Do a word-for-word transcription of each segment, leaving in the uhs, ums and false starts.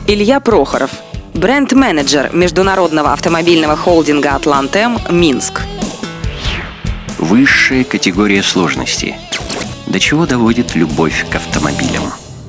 Илья Прохоров, бренд-менеджер международного автомобильного холдинга «Атлантем», Минск. Высшая категория сложности. До чего доводит любовь к автомобилям?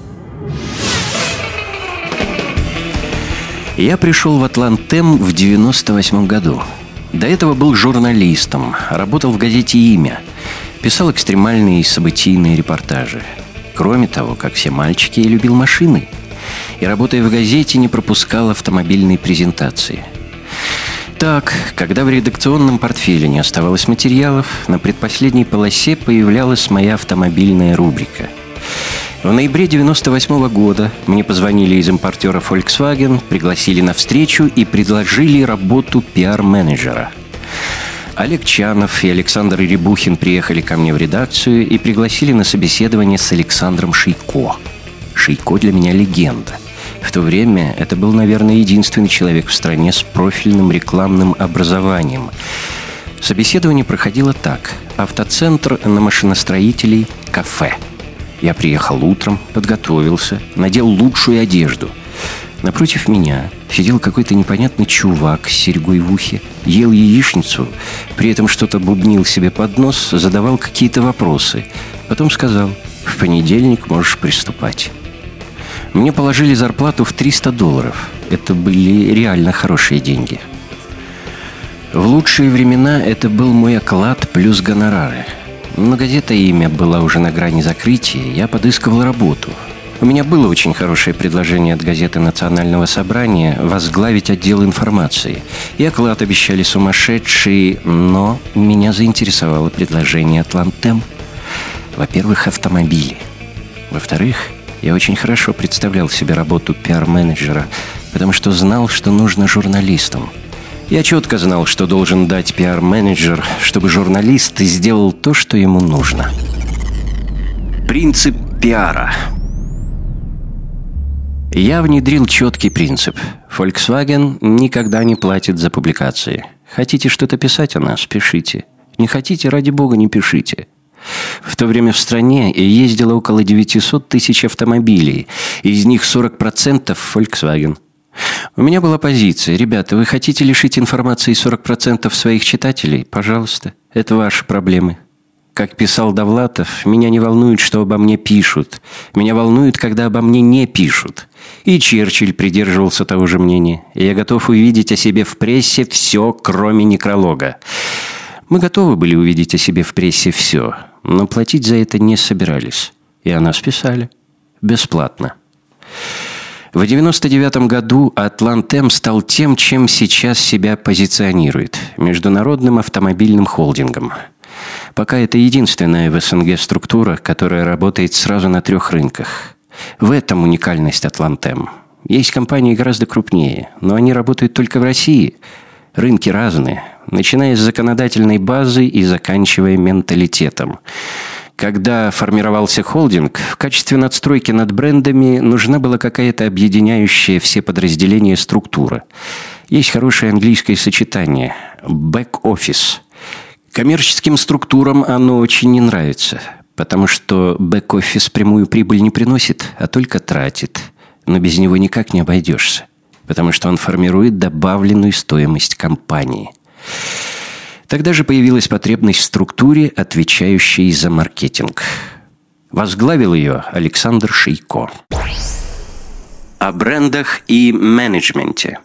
Я пришел в «Атлантем» в девяносто восьмом году. До этого был журналистом, работал в газете «Имя», писал экстремальные и событийные репортажи. Кроме того, как все мальчики, я любил машины. И, работая в газете, не пропускал автомобильные презентации. Так, когда в редакционном портфеле не оставалось материалов, на предпоследней полосе появлялась моя автомобильная рубрика. В ноябре девяносто восьмого года мне позвонили из импортера Volkswagen, пригласили на встречу и предложили работу пиар-менеджера. Олег Чанов и Александр Рябухин приехали ко мне в редакцию и пригласили на собеседование с Александром Шейко. Шейко для меня легенда. В то время это был, наверное, единственный человек в стране с профильным рекламным образованием. Собеседование проходило так. Автоцентр на машиностроителей «Кафе». Я приехал утром, подготовился, надел лучшую одежду. Напротив меня сидел какой-то непонятный чувак с серьгой в ухе, ел яичницу, при этом что-то бубнил себе под нос, задавал какие-то вопросы. Потом сказал: «В понедельник можешь приступать». Мне положили зарплату в триста долларов. Это были реально хорошие деньги. В лучшие времена это был мой оклад плюс гонорары. Но газета «Имя» была уже на грани закрытия, я подыскивал работу. У меня было очень хорошее предложение от газеты «Национального собрания» возглавить отдел информации. И оклад обещали сумасшедший, но меня заинтересовало предложение «Атлантем». Во-первых, автомобили. Во-вторых, я очень хорошо представлял себе работу пиар-менеджера, потому что знал, что нужно журналистам. Я четко знал, что должен дать пиар-менеджер, чтобы журналист сделал то, что ему нужно. Принцип пиара. Я внедрил четкий принцип. Volkswagen никогда не платит за публикации. Хотите что-то писать о нас – пишите. Не хотите, ради бога, не пишите. В то время в стране ездило около девятьсот тысяч автомобилей. Из них сорок процентов Volkswagen. У меня была позиция: ребята, вы хотите лишить информации сорок процентов своих читателей? Пожалуйста, это ваши проблемы. Как писал Довлатов, меня не волнует, что обо мне пишут. Меня волнует, когда обо мне не пишут. И Черчилль придерживался того же мнения. Я готов увидеть о себе в прессе все, кроме некролога. Мы готовы были увидеть о себе в прессе все, но платить за это не собирались. И о нас писали. Бесплатно. В девяносто девятом году «Атлантем» стал тем, чем сейчас себя позиционирует – международным автомобильным холдингом. Пока это единственная в СНГ структура, которая работает сразу на трех рынках. В этом уникальность «Атлантем». Есть компании гораздо крупнее, но они работают только в России. Рынки разные, начиная с законодательной базы и заканчивая менталитетом. Когда формировался холдинг, в качестве надстройки над брендами нужна была какая-то объединяющая все подразделения структура. Есть хорошее английское сочетание – «бэк-офис». Коммерческим структурам оно очень не нравится, потому что бэк-офис прямую прибыль не приносит, а только тратит. Но без него никак не обойдешься, потому что он формирует добавленную стоимость компании. Тогда же появилась потребность в структуре, отвечающей за маркетинг. Возглавил ее Александр Шейко. О брендах и менеджменте.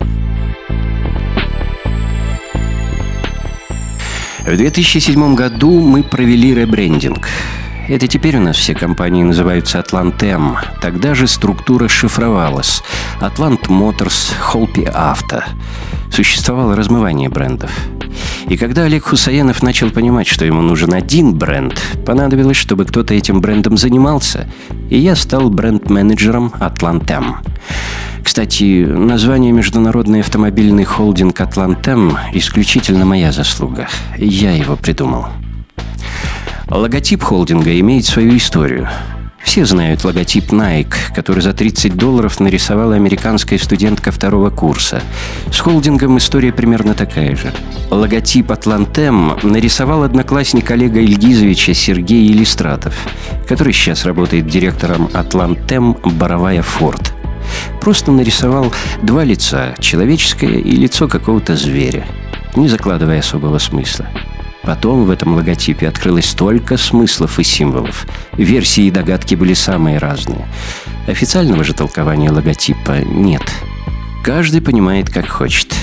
В две тысячи седьмом году мы провели ребрендинг. Это теперь у нас все компании называются «Атлантем». Тогда же структура шифровалась. «Атлант Моторс», «Холпи Авто». Существовало размывание брендов. И когда Олег Хусаенов начал понимать, что ему нужен один бренд, понадобилось, чтобы кто-то этим брендом занимался, и я стал бренд-менеджером «Атлантем». Кстати, название «Международный автомобильный холдинг Атлантем» исключительно моя заслуга. Я его придумал. Логотип холдинга имеет свою историю. Все знают логотип Nike, который за тридцать долларов нарисовала американская студентка второго курса. С холдингом история примерно такая же. Логотип «Атлантем» нарисовал одноклассник Олега Ильгизовича Сергей Елистратов, который сейчас работает директором «Атлантем» Боровая Форд. Просто нарисовал два лица, человеческое и лицо какого-то зверя, не закладывая особого смысла. Потом в этом логотипе открылось столько смыслов и символов. Версии и догадки были самые разные. Официального же толкования логотипа нет. Каждый понимает, как хочет.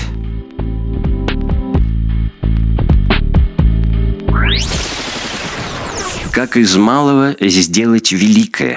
Как из малого сделать великое.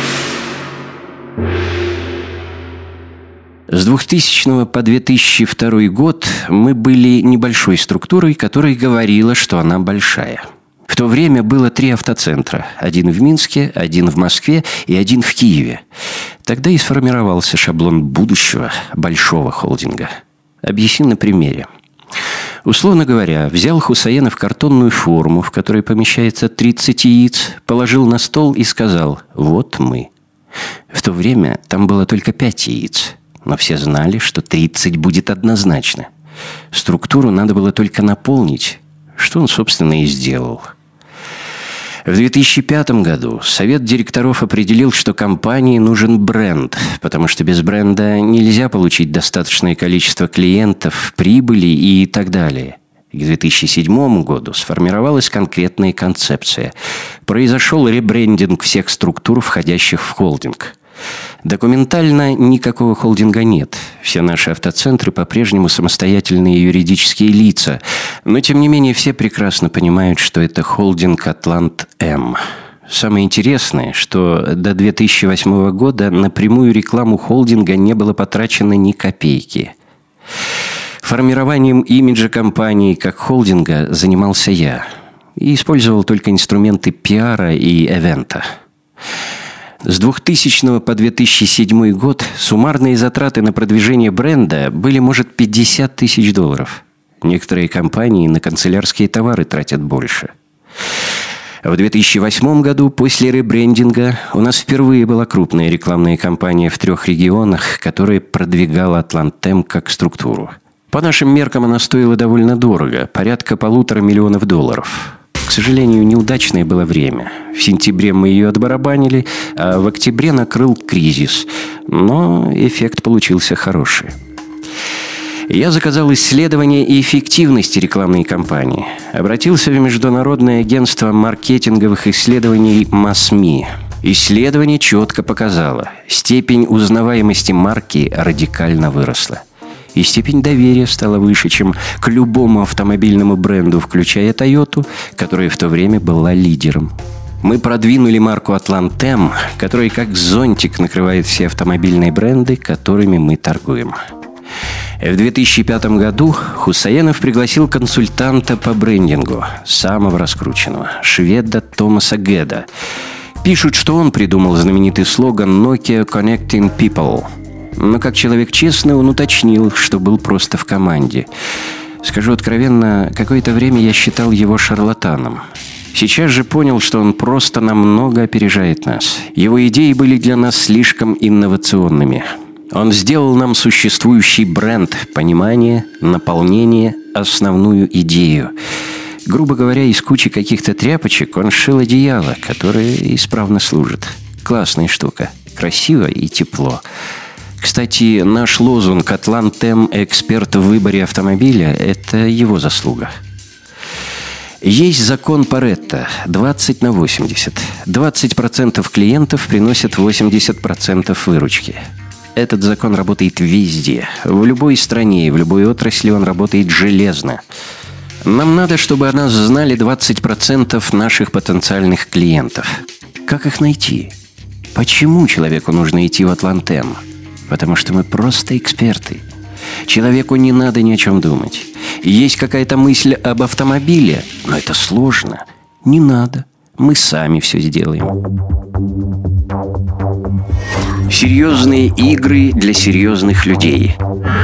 С двухтысячного по две тысячи второй год мы были небольшой структурой, которая говорила, что она большая. В то время было три автоцентра. Один в Минске, один в Москве и один в Киеве. Тогда и сформировался шаблон будущего большого холдинга. Объясню на примере. Условно говоря, взял Хусаенов картонную форму, в которой помещается тридцать яиц, положил на стол и сказал: «Вот мы». В то время там было только пять яиц. Но все знали, что тридцать будет однозначно. Структуру надо было только наполнить, что он, собственно, и сделал. В две тысячи пятом году совет директоров определил, что компании нужен бренд, потому что без бренда нельзя получить достаточное количество клиентов, прибыли и так далее. К две тысячи седьмому году сформировалась конкретная концепция. Произошел ребрендинг всех структур, входящих в холдинг. Документально никакого холдинга нет. Все наши автоцентры по-прежнему самостоятельные юридические лица. Но, тем не менее, все прекрасно понимают, что это холдинг «Атлант-М». Самое интересное, что до две тысячи восьмого года на прямую рекламу холдинга не было потрачено ни копейки. Формированием имиджа компании как холдинга занимался я. И использовал только инструменты пиара и эвента. С двухтысячного по две тысячи седьмой год суммарные затраты на продвижение бренда были, может, пятьдесят тысяч долларов. Некоторые компании на канцелярские товары тратят больше. В две тысячи восьмом году, после ребрендинга, у нас впервые была крупная рекламная кампания в трех регионах, которая продвигала «Атлант-М» как структуру. По нашим меркам она стоила довольно дорого, порядка полутора миллионов долларов. К сожалению, неудачное было время. В сентябре мы ее отбарабанили, а в октябре накрыл кризис. Но эффект получился хороший. Я заказал исследование эффективности рекламной кампании. Обратился в Международное агентство маркетинговых исследований МАСМИ. Исследование четко показало, степень узнаваемости марки радикально выросла. И степень доверия стала выше, чем к любому автомобильному бренду, включая Toyota, которая в то время была лидером. Мы продвинули марку «Атлант-М», которая как зонтик накрывает все автомобильные бренды, которыми мы торгуем. В две тысячи пятом году Хусаенов пригласил консультанта по брендингу, самого раскрученного, шведа Томаса Геда. Пишут, что он придумал знаменитый слоган «Nokia Connecting People». Но как человек честный, он уточнил, что был просто в команде. Скажу откровенно, какое-то время я считал его шарлатаном. Сейчас же понял, что он просто намного опережает нас. Его идеи были для нас слишком инновационными. Он сделал нам существующий бренд, понимание, наполнение, основную идею. Грубо говоря, из кучи каких-то тряпочек он сшил одеяло, которое исправно служит. Классная штука. Красиво и тепло. Кстати, наш лозунг «Атлант-М. Эксперт в выборе автомобиля» – это его заслуга. Есть закон Паретто двадцать на восемьдесят. двадцать процентов клиентов приносят восемьдесят процентов выручки. Этот закон работает везде. В любой стране и в любой отрасли он работает железно. Нам надо, чтобы о нас знали двадцать процентов наших потенциальных клиентов. Как их найти? Почему человеку нужно идти в «Атлант-М»? Потому что мы просто эксперты. Человеку не надо ни о чем думать. Есть какая-то мысль об автомобиле, но это сложно. Не надо. Мы сами все сделаем. Серьезные игры для серьезных людей.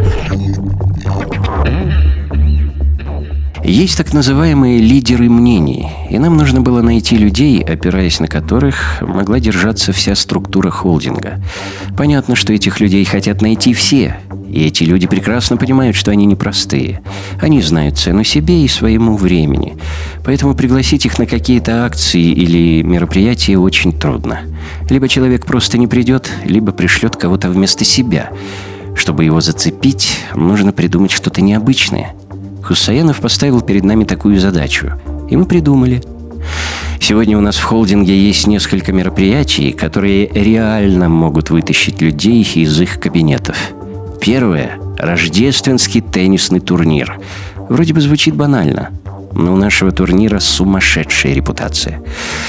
Есть так называемые лидеры мнений, и нам нужно было найти людей, опираясь на которых могла держаться вся структура холдинга. Понятно, что этих людей хотят найти все, и эти люди прекрасно понимают, что они непростые. Они знают цену себе и своему времени, поэтому пригласить их на какие-то акции или мероприятия очень трудно. Либо человек просто не придет, либо пришлет кого-то вместо себя. Чтобы его зацепить, нужно придумать что-то необычное. Хусаенов поставил перед нами такую задачу, и мы придумали. Сегодня у нас в холдинге есть несколько мероприятий, которые реально могут вытащить людей из их кабинетов. Первое – рождественский теннисный турнир. Вроде бы звучит банально, но у нашего турнира сумасшедшая репутация.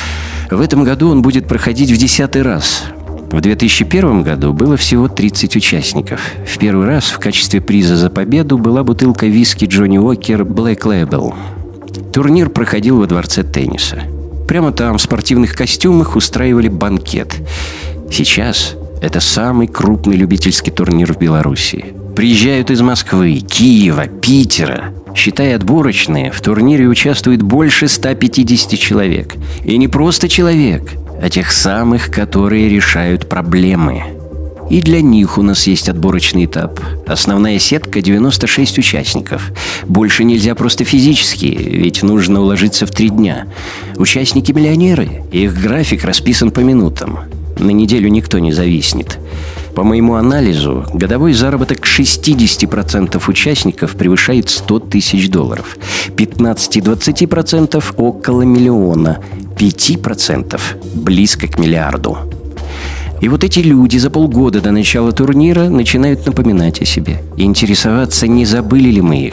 В этом году он будет проходить в десятый раз. В две тысячи первом году было всего тридцать участников. В первый раз в качестве приза за победу была бутылка виски Джонни Уокер Black Label. Турнир проходил во дворце тенниса. Прямо там, в спортивных костюмах, устраивали банкет. Сейчас это самый крупный любительский турнир в Беларуси. Приезжают из Москвы, Киева, Питера. Считая отборочные, в турнире участвует больше ста пятидесяти человек. И не просто человек, а тех самых, которые решают проблемы. И для них у нас есть отборочный этап. Основная сетка – девяносто шесть участников. Больше нельзя просто физически, ведь нужно уложиться в три дня. Участники – миллионеры, их график расписан по минутам. На неделю никто не зависнет. По моему анализу, годовой заработок шестьдесят процентов участников превышает сто тысяч долларов. пятнадцать-двадцать процентов – около миллиона. пять процентов – близко к миллиарду. И вот эти люди за полгода до начала турнира начинают напоминать о себе и интересоваться, не забыли ли мы их.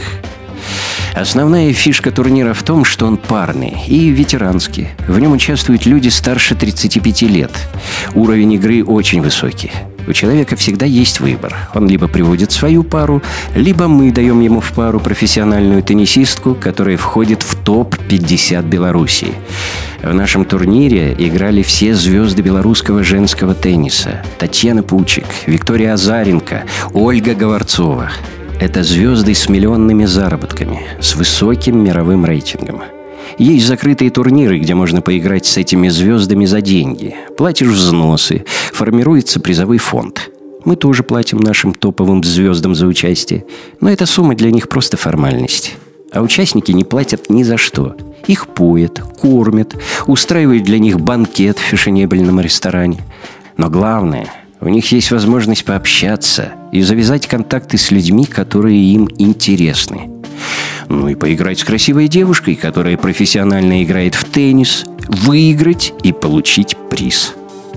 Основная фишка турнира в том, что он парный и ветеранский. В нем участвуют люди старше тридцати пяти лет. Уровень игры очень высокий. У человека всегда есть выбор. Он либо приводит свою пару, либо мы даем ему в пару профессиональную теннисистку, которая входит в топ пятьдесят Беларуси. В нашем турнире играли все звезды белорусского женского тенниса. Татьяна Пучик, Виктория Азаренко, Ольга Говорцова. Это звезды с миллионными заработками, с высоким мировым рейтингом. Есть закрытые турниры, где можно поиграть с этими звездами за деньги. Платишь взносы, формируется призовой фонд. Мы тоже платим нашим топовым звездам за участие, но эта сумма для них просто формальность. А участники не платят ни за что. Их поят, кормят, устраивают для них банкет в фешенебельном ресторане. Но главное, у них есть возможность пообщаться и завязать контакты с людьми, которые им интересны. Ну и поиграть с красивой девушкой, которая профессионально играет в теннис, выиграть и получить приз.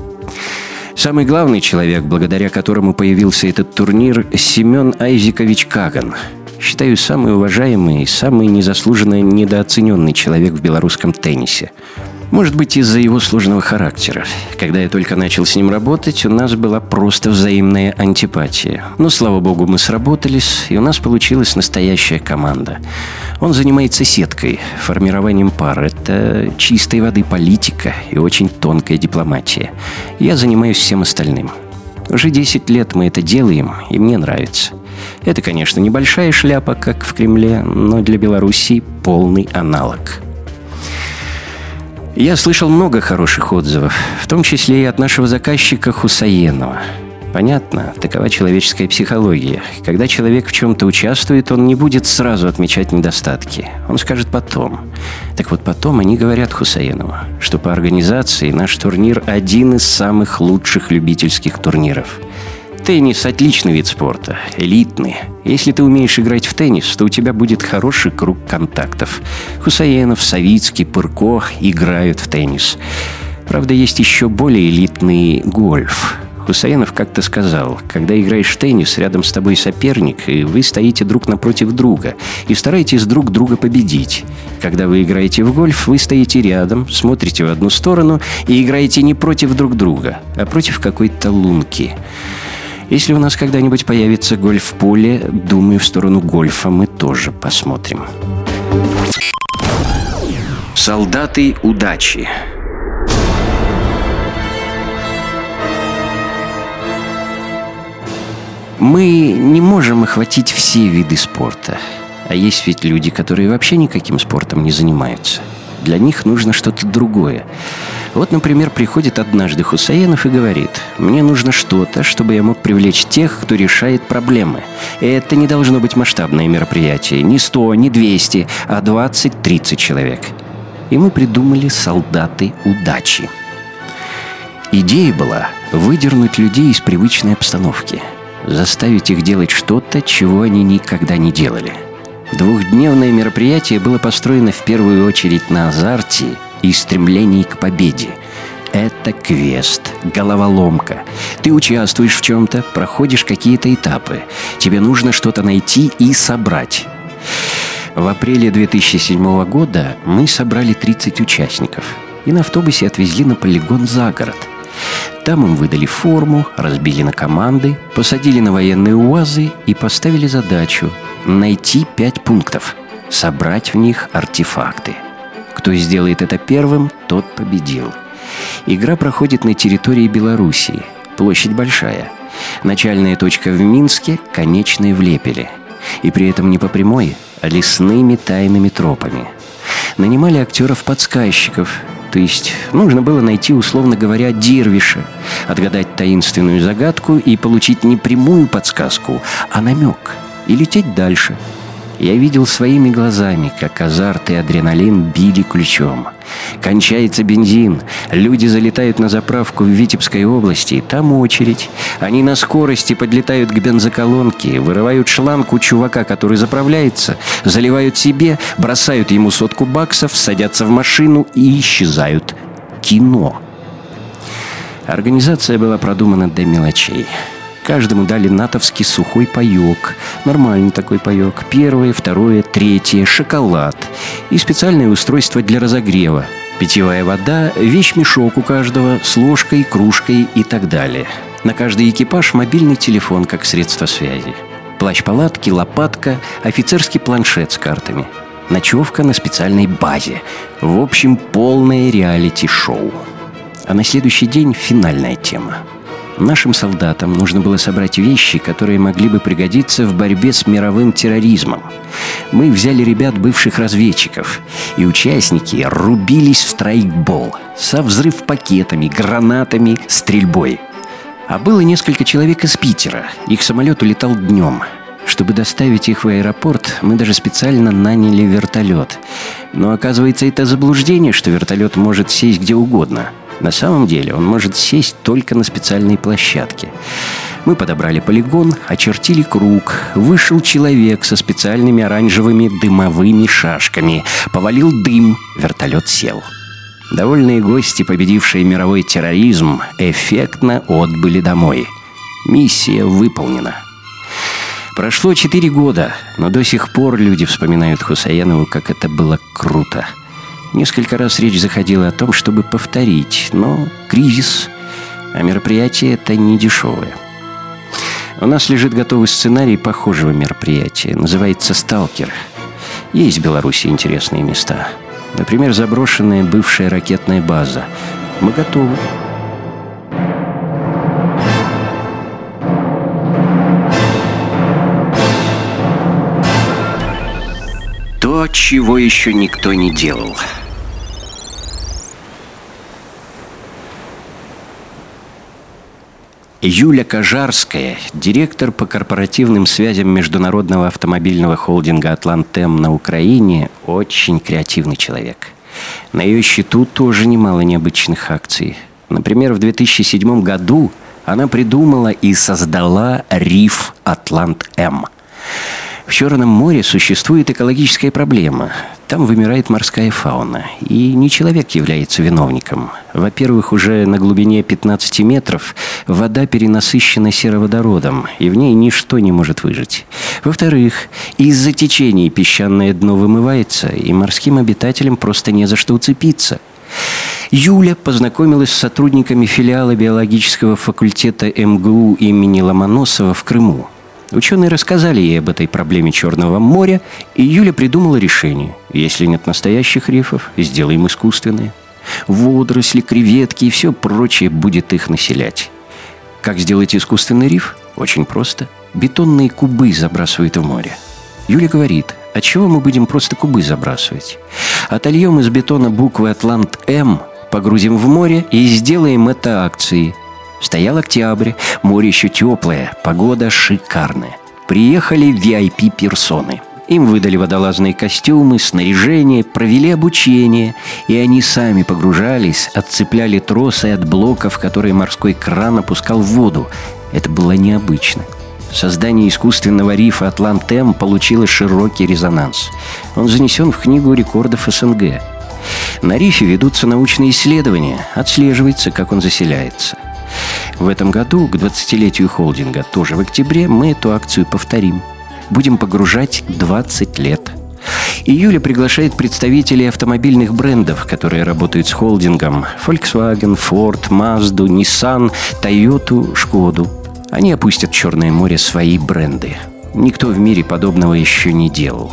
Самый главный человек, благодаря которому появился этот турнир, Семен Айзекович Каган. Считаю, самый уважаемый и самый незаслуженно недооцененный человек в белорусском теннисе. Может быть, из-за его сложного характера. Когда я только начал с ним работать, у нас была просто взаимная антипатия. Но, слава богу, мы сработались, и у нас получилась настоящая команда. Он занимается сеткой, формированием пар. Это чистой воды политика и очень тонкая дипломатия. Я занимаюсь всем остальным. Уже десять лет мы это делаем, и мне нравится. Это, конечно, небольшая шляпа, как в Кремле, но для Белоруссии полный аналог. Я слышал много хороших отзывов, в том числе и от нашего заказчика Хусаенова. Понятно, такова человеческая психология. Когда человек в чем-то участвует, он не будет сразу отмечать недостатки. Он скажет потом. Так вот потом они говорят Хусаенову, что по организации наш турнир один из самых лучших любительских турниров. Теннис – отличный вид спорта, элитный. Если ты умеешь играть в теннис, то у тебя будет хороший круг контактов. Хусаенов, Савицкий, Пырко играют в теннис. Правда, есть еще более элитный гольф. Хусаенов как-то сказал, когда играешь в теннис, рядом с тобой соперник, и вы стоите друг напротив друга и стараетесь друг друга победить. Когда вы играете в гольф, вы стоите рядом, смотрите в одну сторону и играете не против друг друга, а против какой-то лунки. Если у нас когда-нибудь появится гольф-поле, думаю, в сторону гольфа мы тоже посмотрим. Солдаты удачи. Мы не можем охватить все виды спорта. А есть ведь люди, которые вообще никаким спортом не занимаются. Для них нужно что-то другое. Вот, например, приходит однажды Хусаенов и говорит: «Мне нужно что-то, чтобы я мог привлечь тех, кто решает проблемы. И это не должно быть масштабное мероприятие. Не сто, не двести, а двадцать-тридцать человек». И мы придумали «Солдаты удачи». Идея была выдернуть людей из привычной обстановки, заставить их делать что-то, чего они никогда не делали. Двухдневное мероприятие было построено в первую очередь на азарте и стремлении к победе. Это квест, головоломка. Ты участвуешь в чем-то, проходишь какие-то этапы. Тебе нужно что-то найти и собрать. В апреле две тысячи седьмого года мы собрали тридцать участников и на автобусе отвезли на полигон за город. Там им выдали форму, разбили на команды, посадили на военные УАЗы и поставили задачу найти пять пунктов, собрать в них артефакты. Кто сделает это первым, тот победил. Игра проходит на территории Белоруссии. Площадь большая. Начальная точка в Минске, конечная в Лепеле. И при этом не по прямой, а лесными тайными тропами. Нанимали актеров-подсказчиков. То есть нужно было найти, условно говоря, дервиша, отгадать таинственную загадку и получить не прямую подсказку, а намек, и лететь дальше. Я видел своими глазами, как азарт и адреналин били ключом. Кончается бензин, люди залетают на заправку в Витебской области, там очередь. Они на скорости подлетают к бензоколонке, вырывают шланг у чувака, который заправляется, заливают себе, бросают ему сотку баксов, садятся в машину и исчезают. Кино. Организация была продумана до мелочей. Каждому дали натовский сухой паёк. Нормальный такой паёк. Первое, второе, третье, шоколад. И специальное устройство для разогрева. Питьевая вода, вещмешок у каждого, с ложкой, кружкой и так далее. На каждый экипаж мобильный телефон как средство связи. Плащ-палатки, лопатка, офицерский планшет с картами. Ночевка на специальной базе. В общем, полное реалити-шоу. А на следующий день финальная тема. Нашим солдатам нужно было собрать вещи, которые могли бы пригодиться в борьбе с мировым терроризмом. Мы взяли ребят, бывших разведчиков, и участники рубились в страйкбол со взрыв-пакетами, гранатами, стрельбой. А было несколько человек из Питера. Их самолет улетал днем. Чтобы доставить их в аэропорт, мы даже специально наняли вертолет. Но оказывается, это заблуждение, что вертолет может сесть где угодно. На самом деле он может сесть только на специальной площадке. Мы подобрали полигон, очертили круг. Вышел человек со специальными оранжевыми дымовыми шашками. Повалил дым, вертолет сел. Довольные гости, победившие мировой терроризм, эффектно отбыли домой. Миссия выполнена. Прошло четыре года, но до сих пор люди вспоминают Хусаинову, как это было круто. Несколько раз речь заходила о том, чтобы повторить, но кризис, а мероприятие это не дешевое. У нас лежит готовый сценарий похожего мероприятия. Называется «Сталкер». Есть в Беларуси интересные места. Например, заброшенная бывшая ракетная база. Мы готовы. То, чего еще никто не делал. Юля Кожарская, директор по корпоративным связям международного автомобильного холдинга «Атлантем» на Украине, очень креативный человек. На ее счету тоже немало необычных акций. Например, в две тысячи седьмом году она придумала и создала риф «Атлант-М». В Черном море существует экологическая проблема. Там вымирает морская фауна. И не человек является виновником. Во-первых, уже на глубине пятнадцати метров вода перенасыщена сероводородом, и в ней ничто не может выжить. Во-вторых, из-за течений песчаное дно вымывается, и морским обитателям просто не за что уцепиться. Юля познакомилась с сотрудниками филиала биологического факультета эм гэ у имени Ломоносова в Крыму. Ученые рассказали ей об этой проблеме Черного моря, и Юля придумала решение. Если нет настоящих рифов, сделаем искусственные. Водоросли, креветки и все прочее будет их населять. Как сделать искусственный риф? Очень просто. Бетонные кубы забрасывают в море. Юля говорит, а чего мы будем просто кубы забрасывать? Отольем из бетона буквы «Атлант-М», погрузим в море и сделаем это акцией. Стоял октябрь, море еще теплое, погода шикарная. Приехали ви ай пи-персоны. Им выдали водолазные костюмы, снаряжение, провели обучение, и они сами погружались, отцепляли тросы от блоков, которые морской кран опускал в воду. Это было необычно. Создание искусственного рифа «Атлант-М» получило широкий резонанс. Он занесен в Книгу рекордов СНГ. На рифе ведутся научные исследования, отслеживается, как он заселяется. В этом году, к двадцатилетию холдинга, тоже в октябре, мы эту акцию повторим. Будем погружать двадцать лет. И Юля приглашает представителей автомобильных брендов, которые работают с холдингом: Volkswagen, Ford, Mazda, Nissan, Toyota, Шкоду. Они опустят в Черное море свои бренды. Никто в мире подобного еще не делал.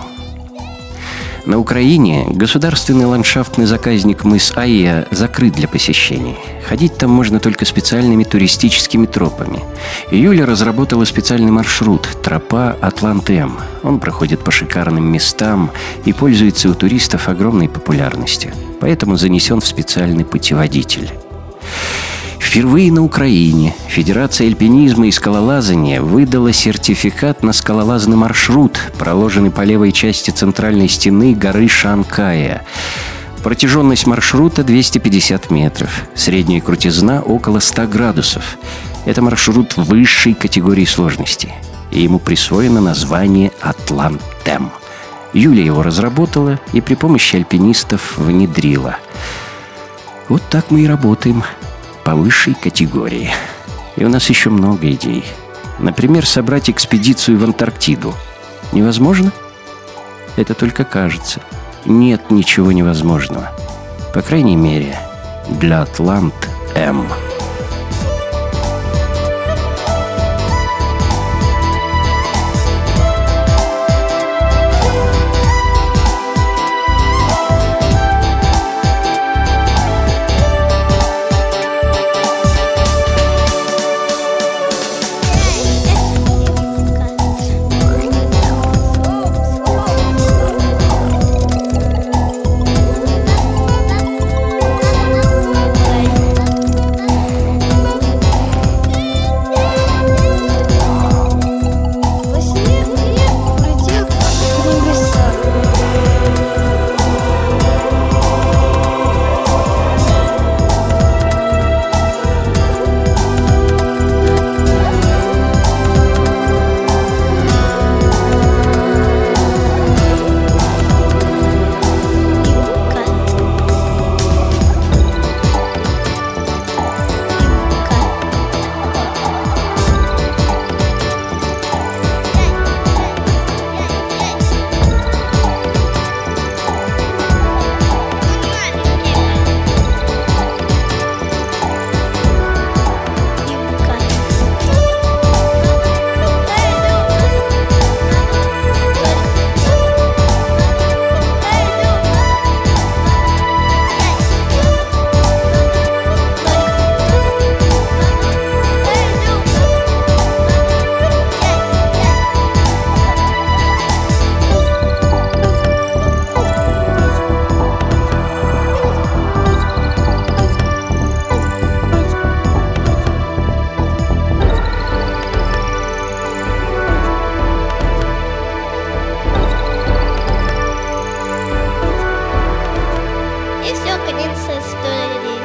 На Украине государственный ландшафтный заказник мыс Айя закрыт для посещений. Ходить там можно только специальными туристическими тропами. Юля разработала специальный маршрут «Тропа Атлант-М». Он проходит по шикарным местам и пользуется у туристов огромной популярностью. Поэтому занесен в специальный путеводитель. Впервые на Украине Федерация альпинизма и скалолазания выдала сертификат на скалолазный маршрут, проложенный по левой части центральной стены горы Шанкая. Протяженность маршрута двести пятьдесят метров, средняя крутизна около ста градусов. Это маршрут высшей категории сложности, и ему присвоено название «Атлант-М». Юля его разработала и при помощи альпинистов внедрила. Вот так мы и работаем. По высшей категории. И у нас еще много идей. Например, собрать экспедицию в Антарктиду. Невозможно? Это только кажется. Нет ничего невозможного. По крайней мере, для Атлант-М. И все, конец истории.